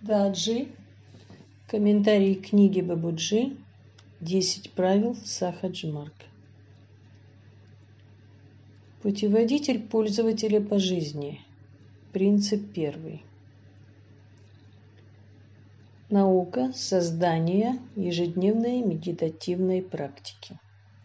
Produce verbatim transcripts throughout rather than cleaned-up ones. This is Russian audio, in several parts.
Даджи. Комментарий к книге Бабуджи «Десять правил Сахаджи Марга». Путеводитель пользователя по жизни. Принцип первый. Наука создания ежедневной медитативной практики.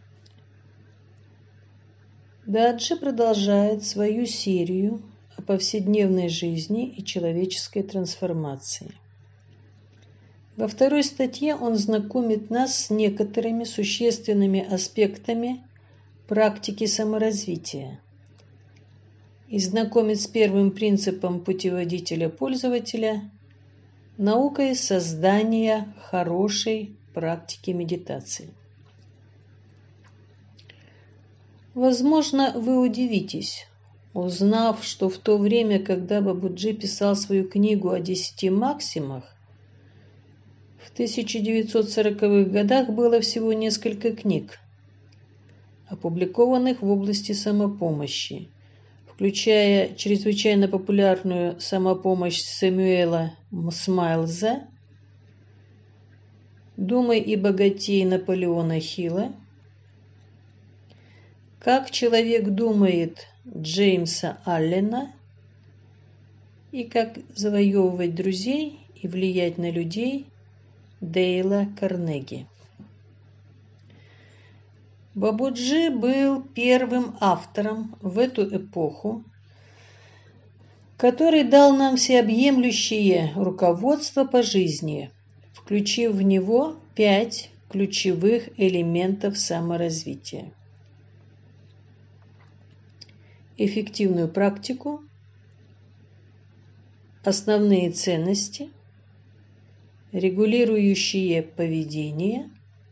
Даджи продолжает свою серию о повседневной жизни и человеческой трансформации. Во второй статье он знакомит нас с некоторыми существенными аспектами практики саморазвития и знакомит с первым принципом путеводителя пользователя – наукой создания хорошей практики медитации. Возможно, вы удивитесь, узнав, что в то время, когда Бабуджи писал свою книгу о десяти максимах, в тысяча девятьсот сороковых годах было всего несколько книг, опубликованных в области самопомощи, включая чрезвычайно популярную «Самопомощь» Сэмюэла Смайлза, «Думай и богатей» Наполеона Хилла, «Как человек думает» Джеймса Аллена и «Как завоевывать друзей и влиять на людей» Дейла Карнеги. Бабуджи был первым автором в эту эпоху, который дал нам всеобъемлющее руководство по жизни, включив в него пять ключевых элементов саморазвития: эффективную практику, основные ценности, регулирующие поведение,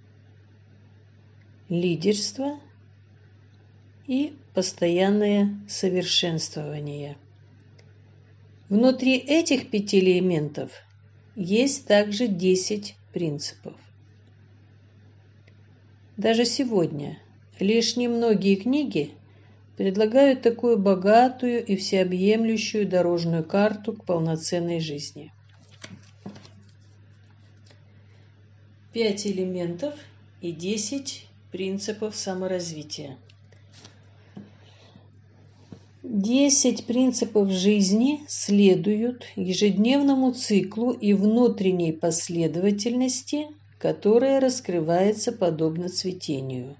лидерство и постоянное совершенствование. Внутри этих пяти элементов есть также десять принципов. Даже сегодня лишь немногие книги предлагают такую богатую и всеобъемлющую дорожную карту к полноценной жизни. Пять элементов и десять принципов саморазвития. Десять принципов жизни следуют ежедневному циклу и внутренней последовательности, которая раскрывается подобно цветению.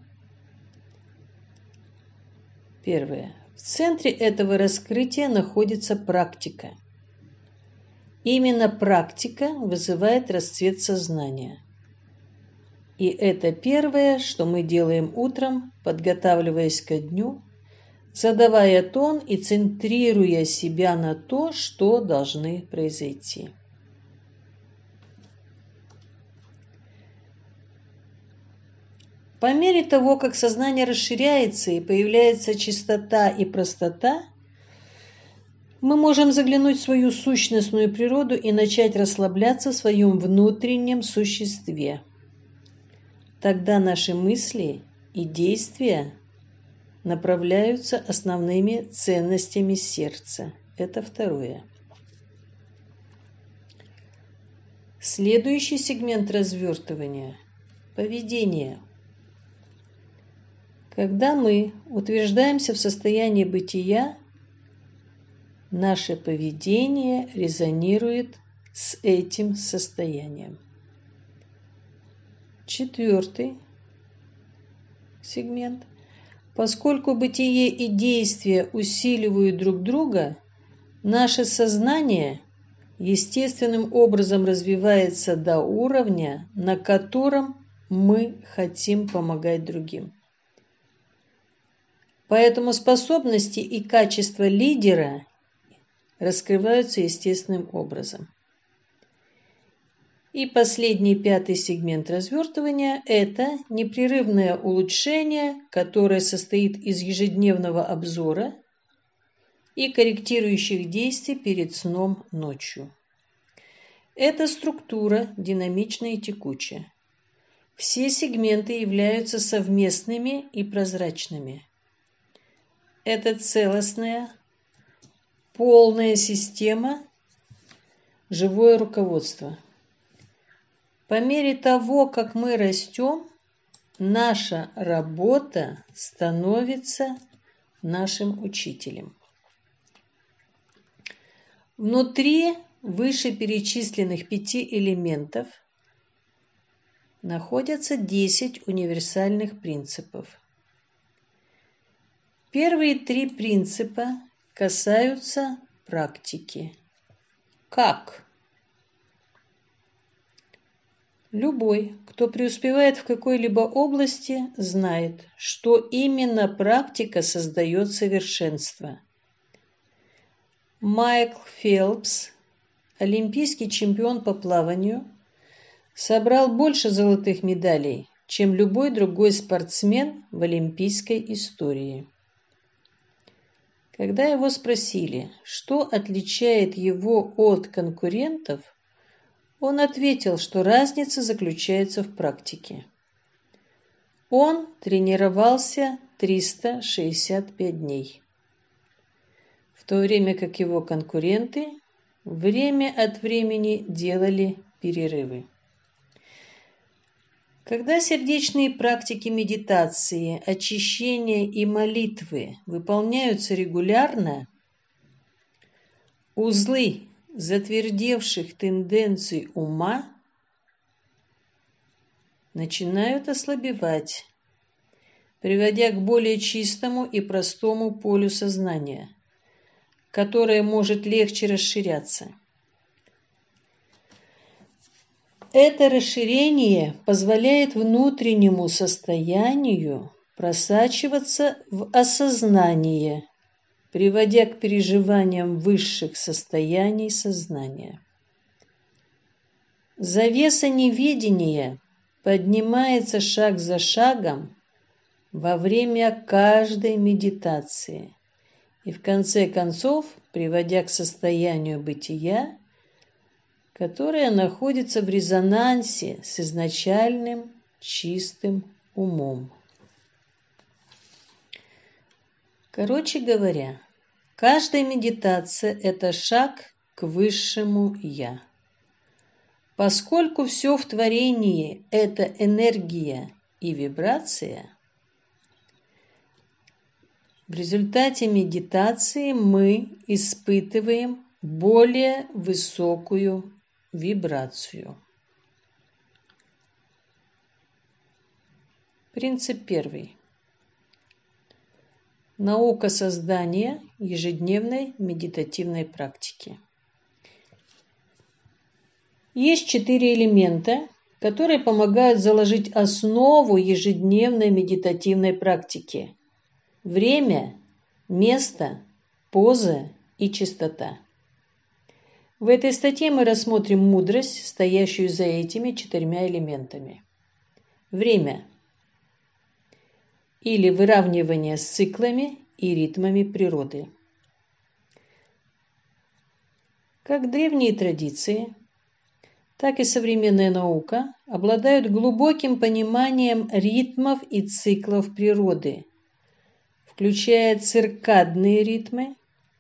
Первое. В центре этого раскрытия находится практика. Именно практика вызывает расцвет сознания. И это первое, что мы делаем утром, подготавливаясь ко дню, задавая тон и центрируя себя на то, что должны произойти. По мере того, как сознание расширяется и появляется чистота и простота, мы можем заглянуть в свою сущностную природу и начать расслабляться в своем внутреннем существе. Тогда наши мысли и действия направляются основными ценностями сердца. Это второе. Следующий сегмент развертывания – поведение. Когда мы утверждаемся в состоянии бытия, наше поведение резонирует с этим состоянием. Четвертый сегмент. Поскольку бытие и действие усиливают друг друга, наше сознание естественным образом развивается до уровня, на котором мы хотим помогать другим. Поэтому способности и качества лидера раскрываются естественным образом. И последний, пятый сегмент развертывания – это непрерывное улучшение, которое состоит из ежедневного обзора и корректирующих действий перед сном ночью. Эта структура динамична и текучая. Все сегменты являются совместными и прозрачными. Это целостная, полная система, живое руководство. По мере того, как мы растем, наша работа становится нашим учителем. Внутри вышеперечисленных пяти элементов находятся десять универсальных принципов. Первые три принципа касаются практики. Как? Любой, кто преуспевает в какой-либо области, знает, что именно практика создает совершенство. Майкл Фелпс, олимпийский чемпион по плаванию, собрал больше золотых медалей, чем любой другой спортсмен в олимпийской истории. Когда его спросили, что отличает его от конкурентов, он ответил, что разница заключается в практике. Он тренировался триста шестьдесят пять дней, в то время как его конкуренты время от времени делали перерывы. Когда сердечные практики медитации, очищения и молитвы выполняются регулярно, узлы затвердевших тенденций ума начинают ослабевать, приводя к более чистому и простому полю сознания, которое может легче расширяться. Это расширение позволяет внутреннему состоянию просачиваться в осознание, приводя к переживаниям высших состояний сознания. Завеса неведения поднимается шаг за шагом во время каждой медитации и в конце концов, приводя к состоянию бытия, которое находится в резонансе с изначальным чистым умом. Короче говоря, каждая медитация – это шаг к высшему «Я». Поскольку все в творении – это энергия и вибрация, в результате медитации мы испытываем более высокую вибрацию. Принцип первый. Наука создания ежедневной медитативной практики. Есть четыре элемента, которые помогают заложить основу ежедневной медитативной практики: время, место, поза и частота. В этой статье мы рассмотрим мудрость, стоящую за этими четырьмя элементами. Время или выравнивание с циклами и ритмами природы. Как древние традиции, так и современная наука обладают глубоким пониманием ритмов и циклов природы, включая циркадные ритмы,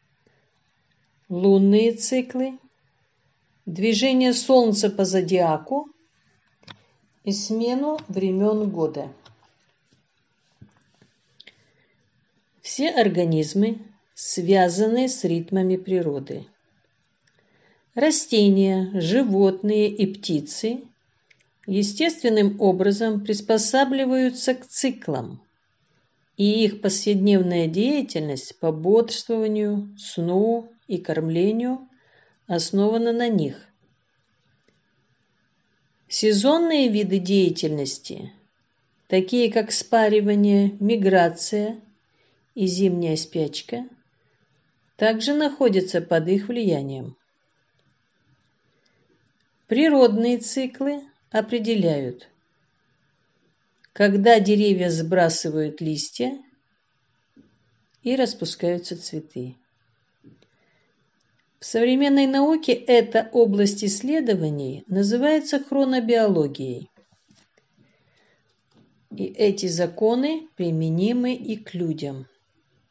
лунные циклы, движение Солнца по зодиаку и смену времен года. Все организмы связаны с ритмами природы. Растения, животные и птицы естественным образом приспосабливаются к циклам, и их повседневная деятельность по бодрствованию, сну и кормлению основана на них. Сезонные виды деятельности, такие как спаривание, миграция и зимняя спячка, также находятся под их влиянием. Природные циклы определяют, когда деревья сбрасывают листья и распускаются цветы. В современной науке эта область исследований называется хронобиологией. И эти законы применимы и к людям.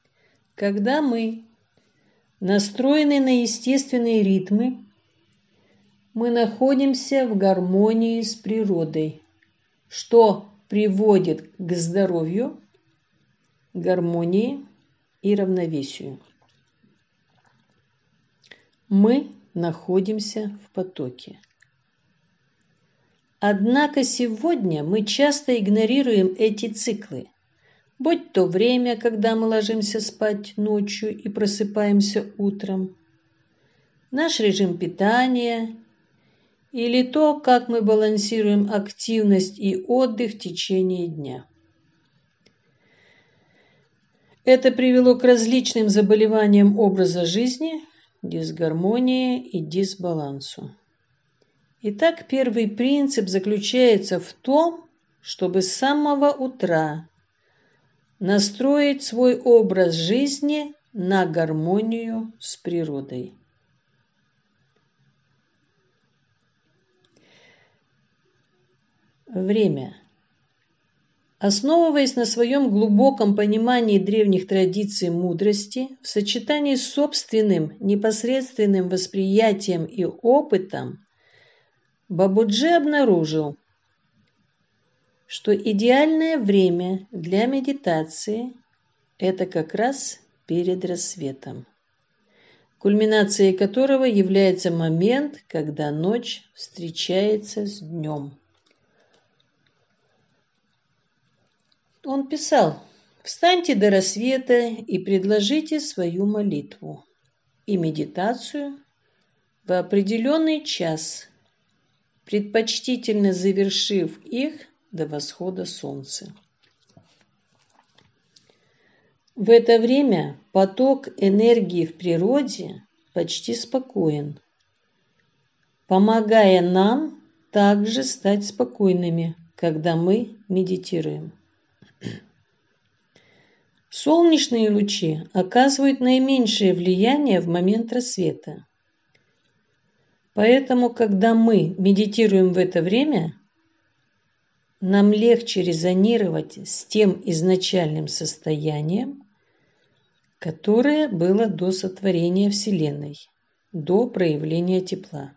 Когда мы настроены на естественные ритмы, Мы находимся в гармонии с природой, что приводит к здоровью, гармонии и равновесию. Мы находимся в потоке. Однако сегодня мы часто игнорируем эти циклы, будь то время, когда мы ложимся спать ночью и просыпаемся утром, наш режим питания или то, как мы балансируем активность и отдых в течение дня. Это привело к различным заболеваниям образа жизни, дисгармонии и дисбалансу. Итак, первый принцип заключается в том, чтобы с самого утра настроить свой образ жизни на гармонию с природой. Время. Основываясь на своем глубоком понимании древних традиций мудрости, в сочетании с собственным непосредственным восприятием и опытом, Бабуджи обнаружил, что идеальное время для медитации – это как раз перед рассветом, кульминацией которого является момент, когда ночь встречается с днем. Он писал: «Встаньте до рассвета и предложите свою молитву и медитацию в определенный час, предпочтительно завершив их до восхода солнца. В это время поток энергии в природе почти спокоен, помогая нам также стать спокойными, когда мы медитируем. Солнечные лучи оказывают наименьшее влияние в момент рассвета. Поэтому, когда мы медитируем в это время, нам легче резонировать с тем изначальным состоянием, которое было до сотворения Вселенной, до проявления тепла.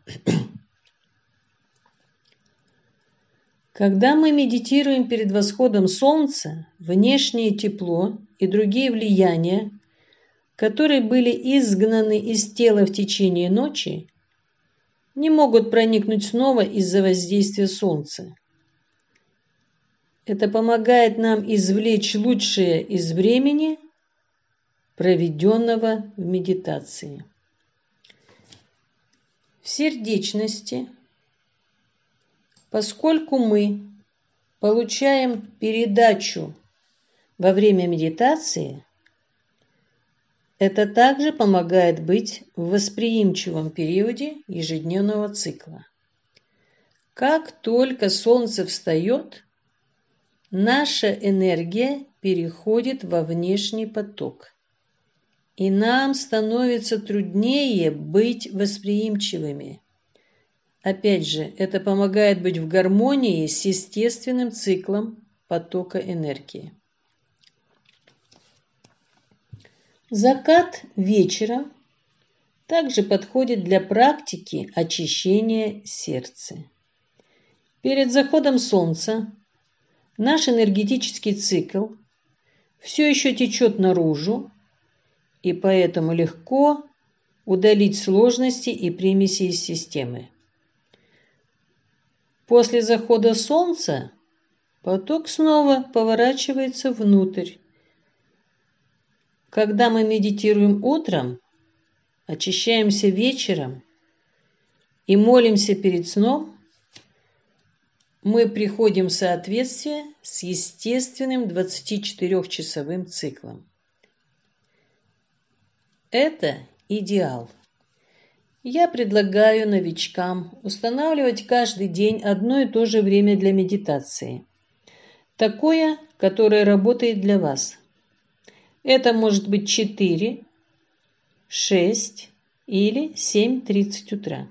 Когда мы медитируем перед восходом солнца, внешнее тепло и другие влияния, которые были изгнаны из тела в течение ночи, не могут проникнуть снова из-за воздействия солнца. Это помогает нам извлечь лучшее из времени, проведенного в медитации. В сердечности, поскольку мы получаем передачу во время медитации, это также помогает быть в восприимчивом периоде ежедневного цикла. Как только солнце встает, наша энергия переходит во внешний поток, и нам становится труднее быть восприимчивыми. Опять же, это помогает быть в гармонии с естественным циклом потока энергии. Закат вечером также подходит для практики очищения сердца. Перед заходом солнца наш энергетический цикл все еще течет наружу, и поэтому легко удалить сложности и примеси из системы. После захода солнца поток снова поворачивается внутрь. Когда мы медитируем утром, очищаемся вечером и молимся перед сном, мы приходим в соответствие с естественным двадцатичетырёхчасовым циклом. Это идеал. Я предлагаю новичкам устанавливать каждый день одно и то же время для медитации. Такое, которое работает для вас. Это может быть четыре, шесть или семь тридцать утра.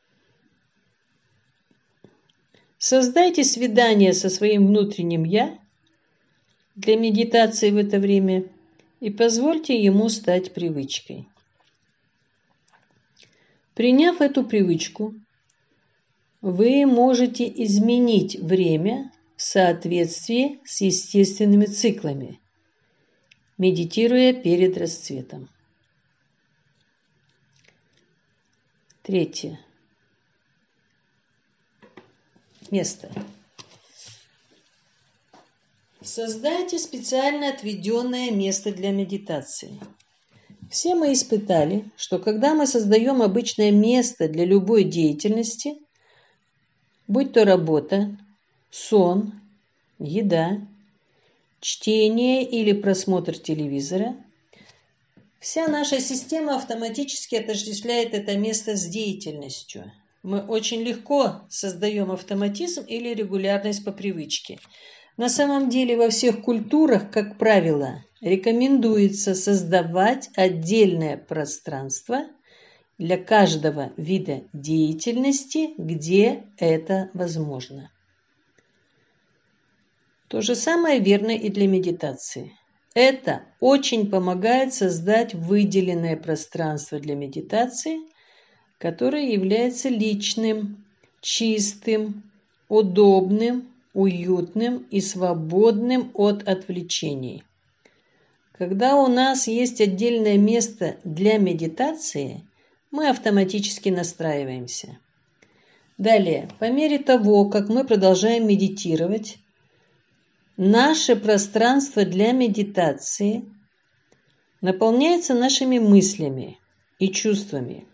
Создайте свидание со своим внутренним «я» для медитации в это время и позвольте ему стать привычкой. Приняв эту привычку, вы можете изменить время в соответствии с естественными циклами, медитируя перед расцветом. Третье. Место. Создайте специально отведенное место для медитации. Все мы испытали, что когда мы создаем обычное место для любой деятельности, будь то работа, сон, еда, чтение или просмотр телевизора, вся наша система автоматически отождествляет это место с деятельностью. Мы очень легко создаем автоматизм или регулярность по привычке. На самом деле во всех культурах, как правило, рекомендуется создавать отдельное пространство для каждого вида деятельности, где это возможно. То же самое верно и для медитации. Это очень помогает создать выделенное пространство для медитации, которое является личным, чистым, удобным, уютным и свободным от отвлечений. Когда у нас есть отдельное место для медитации, мы автоматически настраиваемся. Далее, по мере того, как мы продолжаем медитировать, наше пространство для медитации наполняется нашими мыслями и чувствами.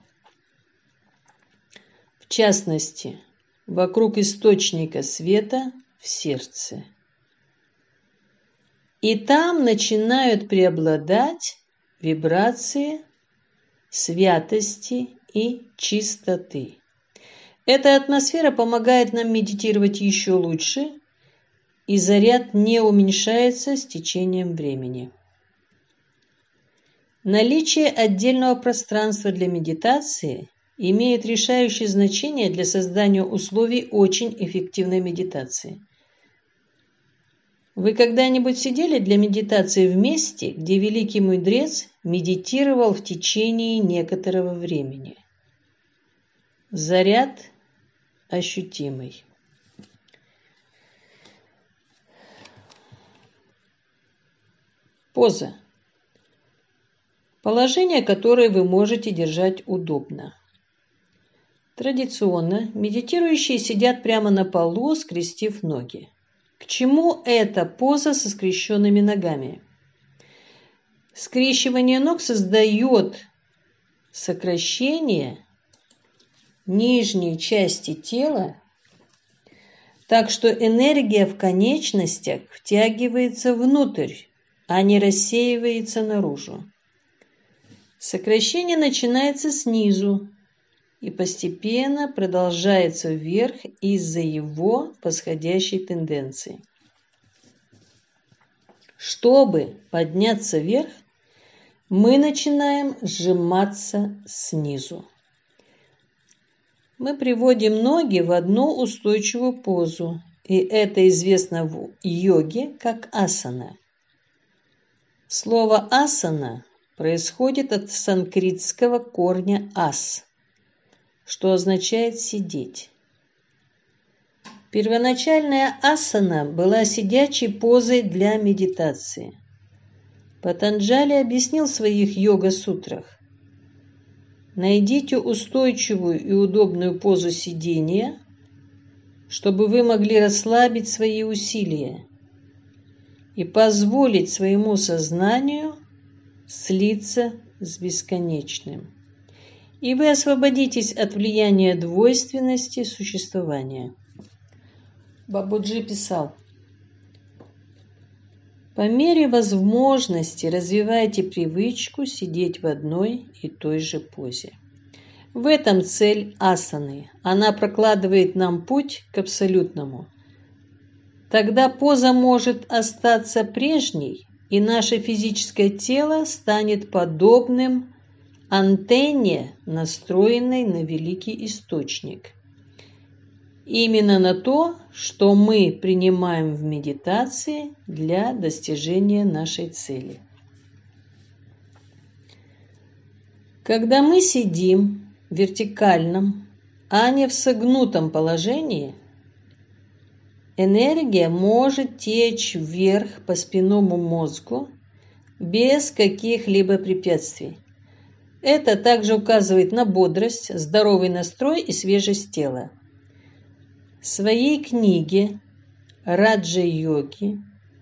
В частности, вокруг источника света в сердце. И там начинают преобладать вибрации святости и чистоты. Эта атмосфера помогает нам медитировать еще лучше, и заряд не уменьшается с течением времени. Наличие отдельного пространства для медитации имеет решающее значение для создания условий очень эффективной медитации. Вы когда-нибудь сидели для медитации в месте, где великий мудрец медитировал в течение некоторого времени? Заряд ощутимый. Поза. Положение, которое вы можете держать удобно. Традиционно медитирующие сидят прямо на полу, скрестив ноги. К чему эта поза со скрещенными ногами? Скрещивание ног создает сокращение нижней части тела, так что энергия в конечностях втягивается внутрь, а не рассеивается наружу. Сокращение начинается снизу и постепенно продолжается вверх из-за его восходящей тенденции. Чтобы подняться вверх, мы начинаем сжиматься снизу. Мы приводим ноги в одну устойчивую позу, и это известно в йоге как асана. Слово асана происходит от санскритского корня ас, что означает сидеть. Первоначальная асана была сидячей позой для медитации. Патанджали объяснил в своих йога-сутрах: найдите устойчивую и удобную позу сидения, чтобы вы могли расслабить свои усилия и позволить своему сознанию слиться с бесконечным. И вы освободитесь от влияния двойственности существования. Бабуджи писал: по мере возможности развивайте привычку сидеть в одной и той же позе. В этом цель асаны. Она прокладывает нам путь к абсолютному. Тогда поза может остаться прежней, и наше физическое тело станет подобным антенне, настроенной на великий источник. Именно на то, что мы принимаем в медитации для достижения нашей цели. Когда мы сидим в вертикальном а не в согнутом положении, энергия может течь вверх по спинному мозгу без каких-либо препятствий. Это также указывает на бодрость, здоровый настрой и свежесть тела. В своей книге «Раджа-йоги»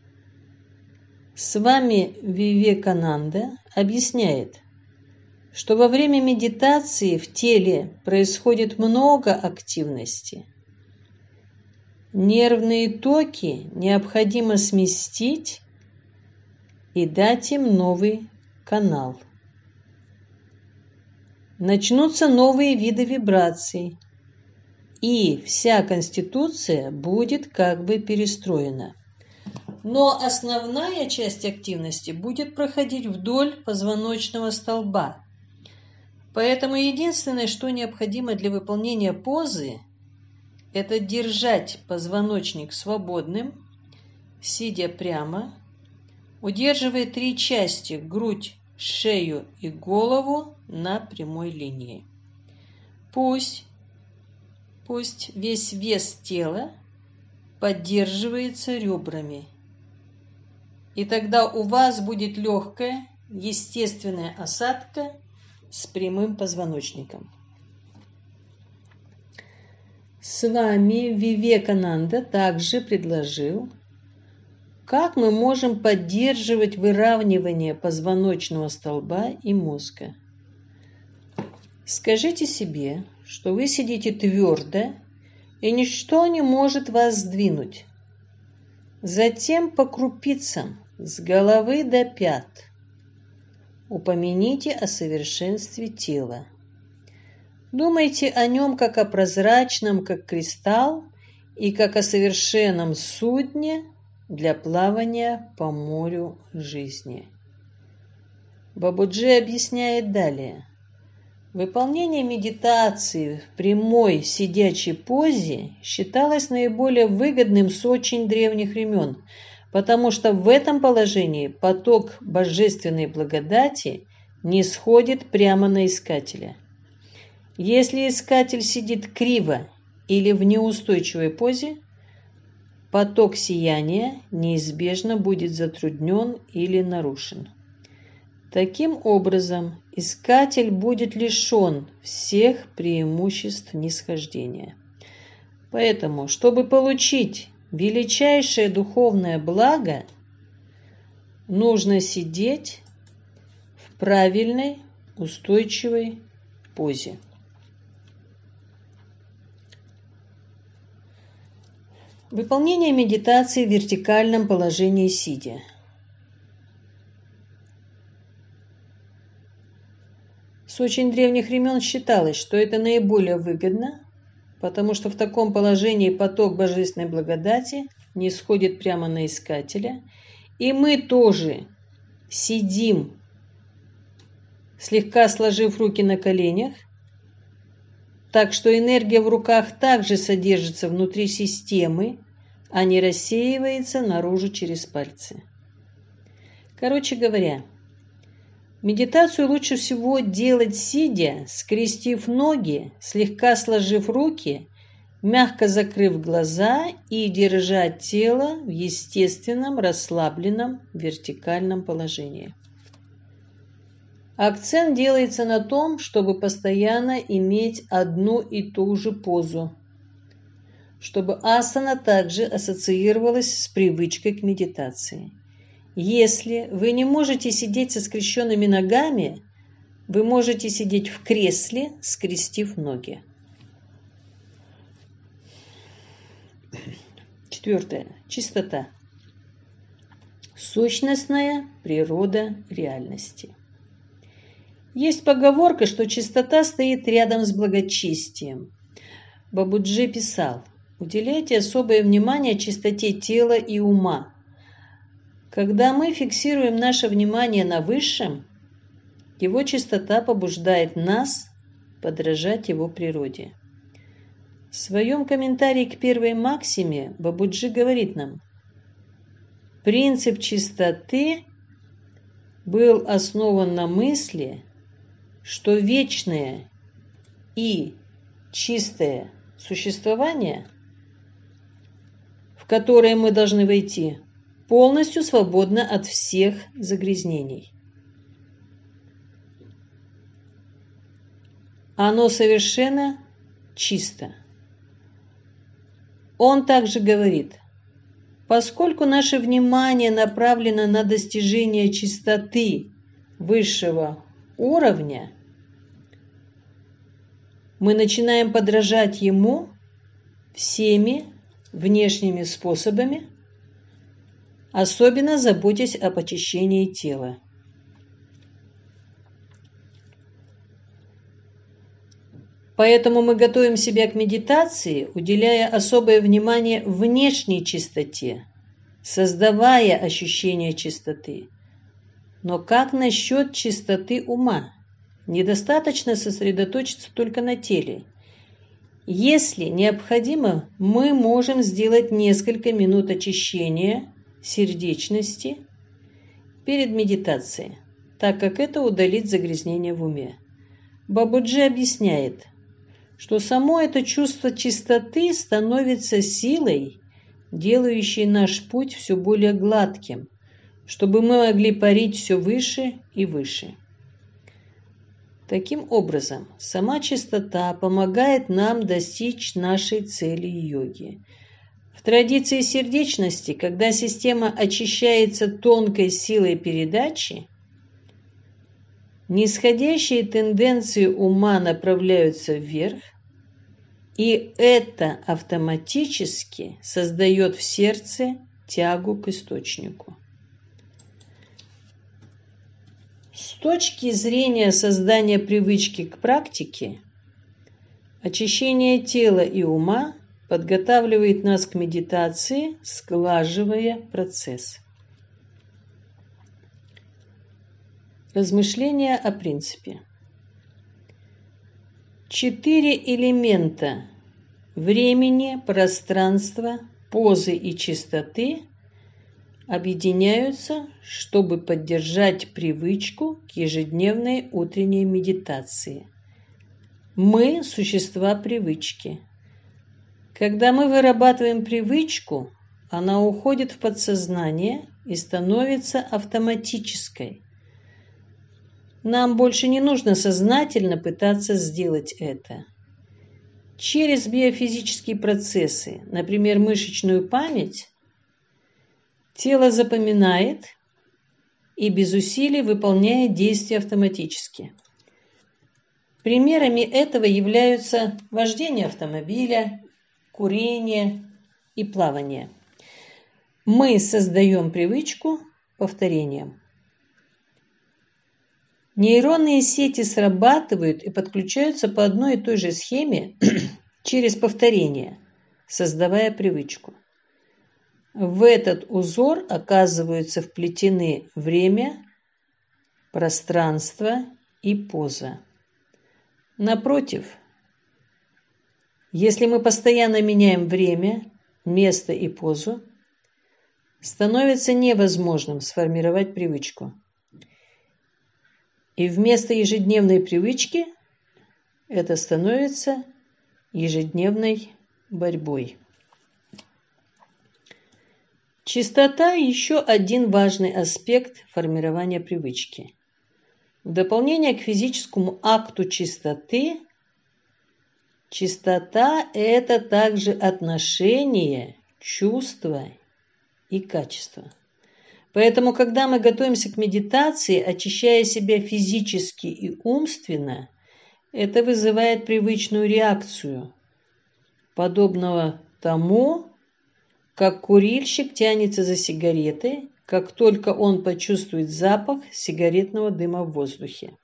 Свами Вивекананда объясняет, что во время медитации в теле происходит много активности. Нервные токи необходимо сместить и дать им новый канал. Начнутся новые виды вибраций, и вся конституция будет как бы перестроена. Но основная часть активности будет проходить вдоль позвоночного столба. Поэтому единственное, что необходимо для выполнения позы, это держать позвоночник свободным, сидя прямо, удерживая три части – грудь, шею и голову на прямой линии. Пусть, пусть весь вес тела поддерживается ребрами. И тогда у вас будет легкая, естественная осадка с прямым позвоночником. Свами Вивекананда также предложил, как мы можем поддерживать выравнивание позвоночного столба и мозга. Скажите себе, что вы сидите твердо, и ничто не может вас сдвинуть. Затем по крупицам, с головы до пят, упомяните о совершенстве тела. Думайте о нем как о прозрачном, как кристалл, и как о совершенном судне для плавания по морю жизни. Бабуджи объясняет далее. Выполнение медитации в прямой сидячей позе считалось наиболее выгодным с очень древних времен, потому что в этом положении поток божественной благодати не сходит прямо на искателя. Если искатель сидит криво или в неустойчивой позе, поток сияния неизбежно будет затруднен или нарушен. Таким образом, искатель будет лишен всех преимуществ нисхождения. Поэтому, чтобы получить величайшее духовное благо, нужно сидеть в правильной, устойчивой позе. Выполнение медитации в вертикальном положении сидя. С очень древних времен считалось, что это наиболее выгодно, потому что в таком положении поток божественной благодати не сходит прямо на искателя, и мы тоже сидим, слегка сложив руки на коленях, так что энергия в руках также содержится внутри системы, а не рассеивается наружу через пальцы. Короче говоря, медитацию лучше всего делать сидя, скрестив ноги, слегка сложив руки, мягко закрыв глаза и держать тело в естественном, расслабленном, вертикальном положении. Акцент делается на том, чтобы постоянно иметь одну и ту же позу, чтобы асана также ассоциировалась с привычкой к медитации. Если вы не можете сидеть со скрещенными ногами, вы можете сидеть в кресле, скрестив ноги. Четвертое. Чистота. Сущностная природа реальности. Есть поговорка, что чистота стоит рядом с благочестием. Бабуджи писал: уделяйте особое внимание чистоте тела и ума. Когда мы фиксируем наше внимание на высшем, его чистота побуждает нас подражать его природе. В своем комментарии к первой максиме Бабуджи говорит нам: принцип чистоты был основан на мысли, что вечное и чистое существование, в которое мы должны войти, полностью свободно от всех загрязнений. Оно совершенно чисто. Он также говорит: поскольку наше внимание направлено на достижение чистоты высшего уровня, мы начинаем подражать ему всеми внешними способами, особенно заботясь об очищении тела. Поэтому мы готовим себя к медитации, уделяя особое внимание внешней чистоте, создавая ощущение чистоты. Но как насчет чистоты ума? Недостаточно сосредоточиться только на теле. Если необходимо, мы можем сделать несколько минут очищения сердечности перед медитацией, так как это удалит загрязнение в уме. Бабуджи объясняет, что само это чувство чистоты становится силой, делающей наш путь все более гладким, чтобы мы могли парить все выше и выше. Таким образом, сама чистота помогает нам достичь нашей цели йоги. В традиции сердечности, когда система очищается тонкой силой передачи, нисходящие тенденции ума направляются вверх, и это автоматически создает в сердце тягу к источнику. С точки зрения создания привычки к практике, очищение тела и ума подготавливает нас к медитации, сглаживая процесс. Размышления о принципе. Четыре элемента времени, пространства, позы и чистоты объединяются, чтобы поддержать привычку к ежедневной утренней медитации. Мы – существа привычки. Когда мы вырабатываем привычку, она уходит в подсознание и становится автоматической. Нам больше не нужно сознательно пытаться сделать это. Через биофизические процессы, например, мышечную память, тело запоминает и без усилий выполняет действия автоматически. Примерами этого являются вождение автомобиля, курение и плавание. Мы создаем привычку повторением. Нейронные сети срабатывают и подключаются по одной и той же схеме через повторение, создавая привычку. В этот узор оказываются вплетены время, пространство и поза. Напротив, если мы постоянно меняем время, место и позу, становится невозможным сформировать привычку. И вместо ежедневной привычки это становится ежедневной борьбой. Чистота – еще один важный аспект формирования привычки. В дополнение к физическому акту чистоты, чистота – это также отношение, чувства и качество. Поэтому, когда мы готовимся к медитации, очищая себя физически и умственно, это вызывает привычную реакцию, подобного тому, как курильщик тянется за сигаретой, как только он почувствует запах сигаретного дыма в воздухе.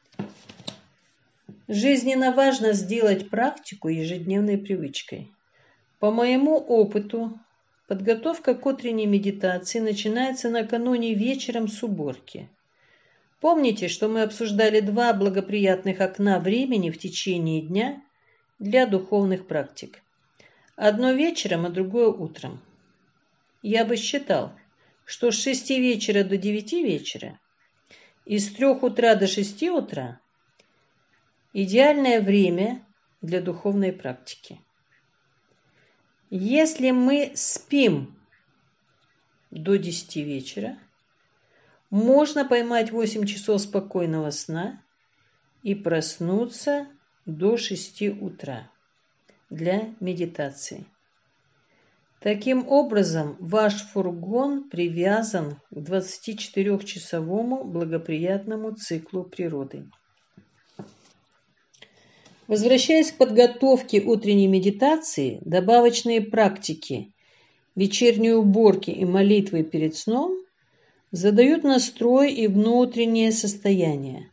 Жизненно важно сделать практику ежедневной привычкой. По моему опыту, подготовка к утренней медитации начинается накануне вечером с уборки. Помните, что мы обсуждали два благоприятных окна времени в течение дня для духовных практик. Одно вечером, а другое утром. Я бы считал, что с шести вечера до девяти вечера и с трех утра до шести утра идеальное время для духовной практики. Если мы спим до десяти вечера, можно поймать восемь часов спокойного сна и проснуться до шести утра для медитации. Таким образом, ваш фургон привязан к двадцатичетырёхчасовому благоприятному циклу природы. Возвращаясь к подготовке утренней медитации, добавочные практики, вечерней уборки и молитвы перед сном задают настрой и внутреннее состояние.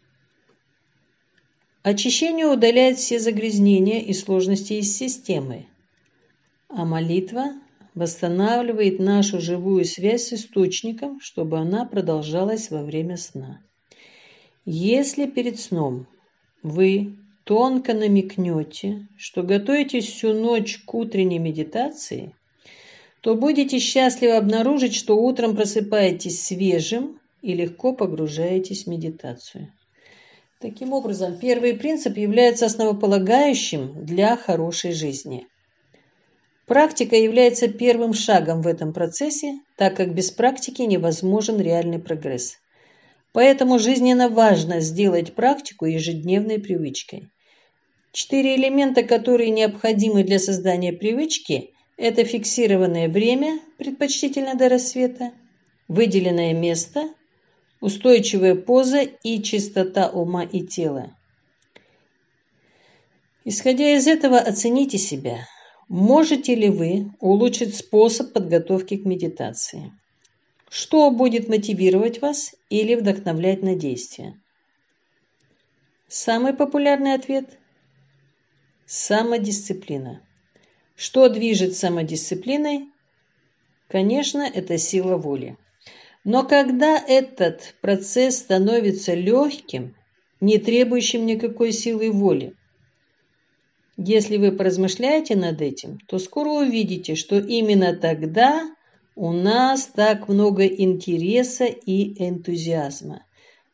Очищение удаляет все загрязнения и сложности из системы, а молитва восстанавливает нашу живую связь с Источником, чтобы она продолжалась во время сна. Если перед сном вы тонко намекнете, что готовитесь всю ночь к утренней медитации, то будете счастливы обнаружить, что утром просыпаетесь свежим и легко погружаетесь в медитацию. Таким образом, первый принцип является основополагающим для хорошей жизни. Практика является первым шагом в этом процессе, так как без практики невозможен реальный прогресс. Поэтому жизненно важно сделать практику ежедневной привычкой. Четыре элемента, которые необходимы для создания привычки, это фиксированное время, предпочтительно до рассвета, выделенное место, устойчивая поза и чистота ума и тела. Исходя из этого, оцените себя. Можете ли вы улучшить способ подготовки к медитации? Что будет мотивировать вас или вдохновлять на действие? Самый популярный ответ – самодисциплина. Что движет самодисциплиной? Конечно, это сила воли. Но когда этот процесс становится легким, не требующим никакой силы воли, если вы поразмышляете над этим, то скоро увидите, что именно тогда у нас так много интереса и энтузиазма.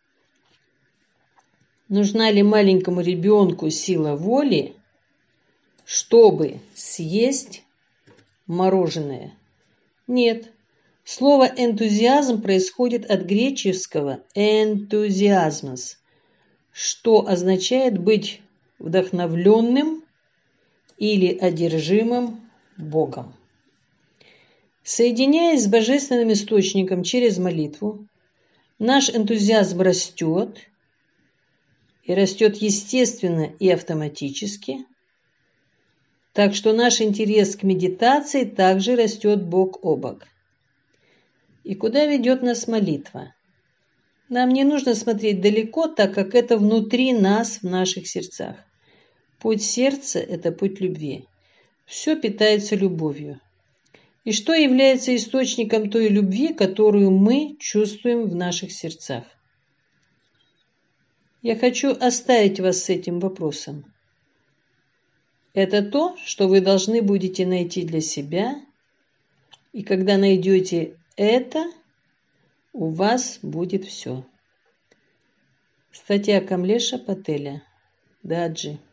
Нужна ли маленькому ребенку сила воли, чтобы съесть мороженое? Нет. Слово «энтузиазм» происходит от греческого «энтузиазмос», что означает быть вдохновленным или одержимым Богом. Соединяясь с Божественным Источником через молитву, наш энтузиазм растет, и растет естественно и автоматически, так что наш интерес к медитации также растет бок о бок. И куда ведет нас молитва? Нам не нужно смотреть далеко, так как это внутри нас, в наших сердцах. Путь сердца – это путь любви. Все питается любовью. И что является источником той любви, которую мы чувствуем в наших сердцах? Я хочу оставить вас с этим вопросом. Это то, что вы должны будете найти для себя, и когда найдете это, у вас будет все. Статья Камлеша Пателя. Даджи.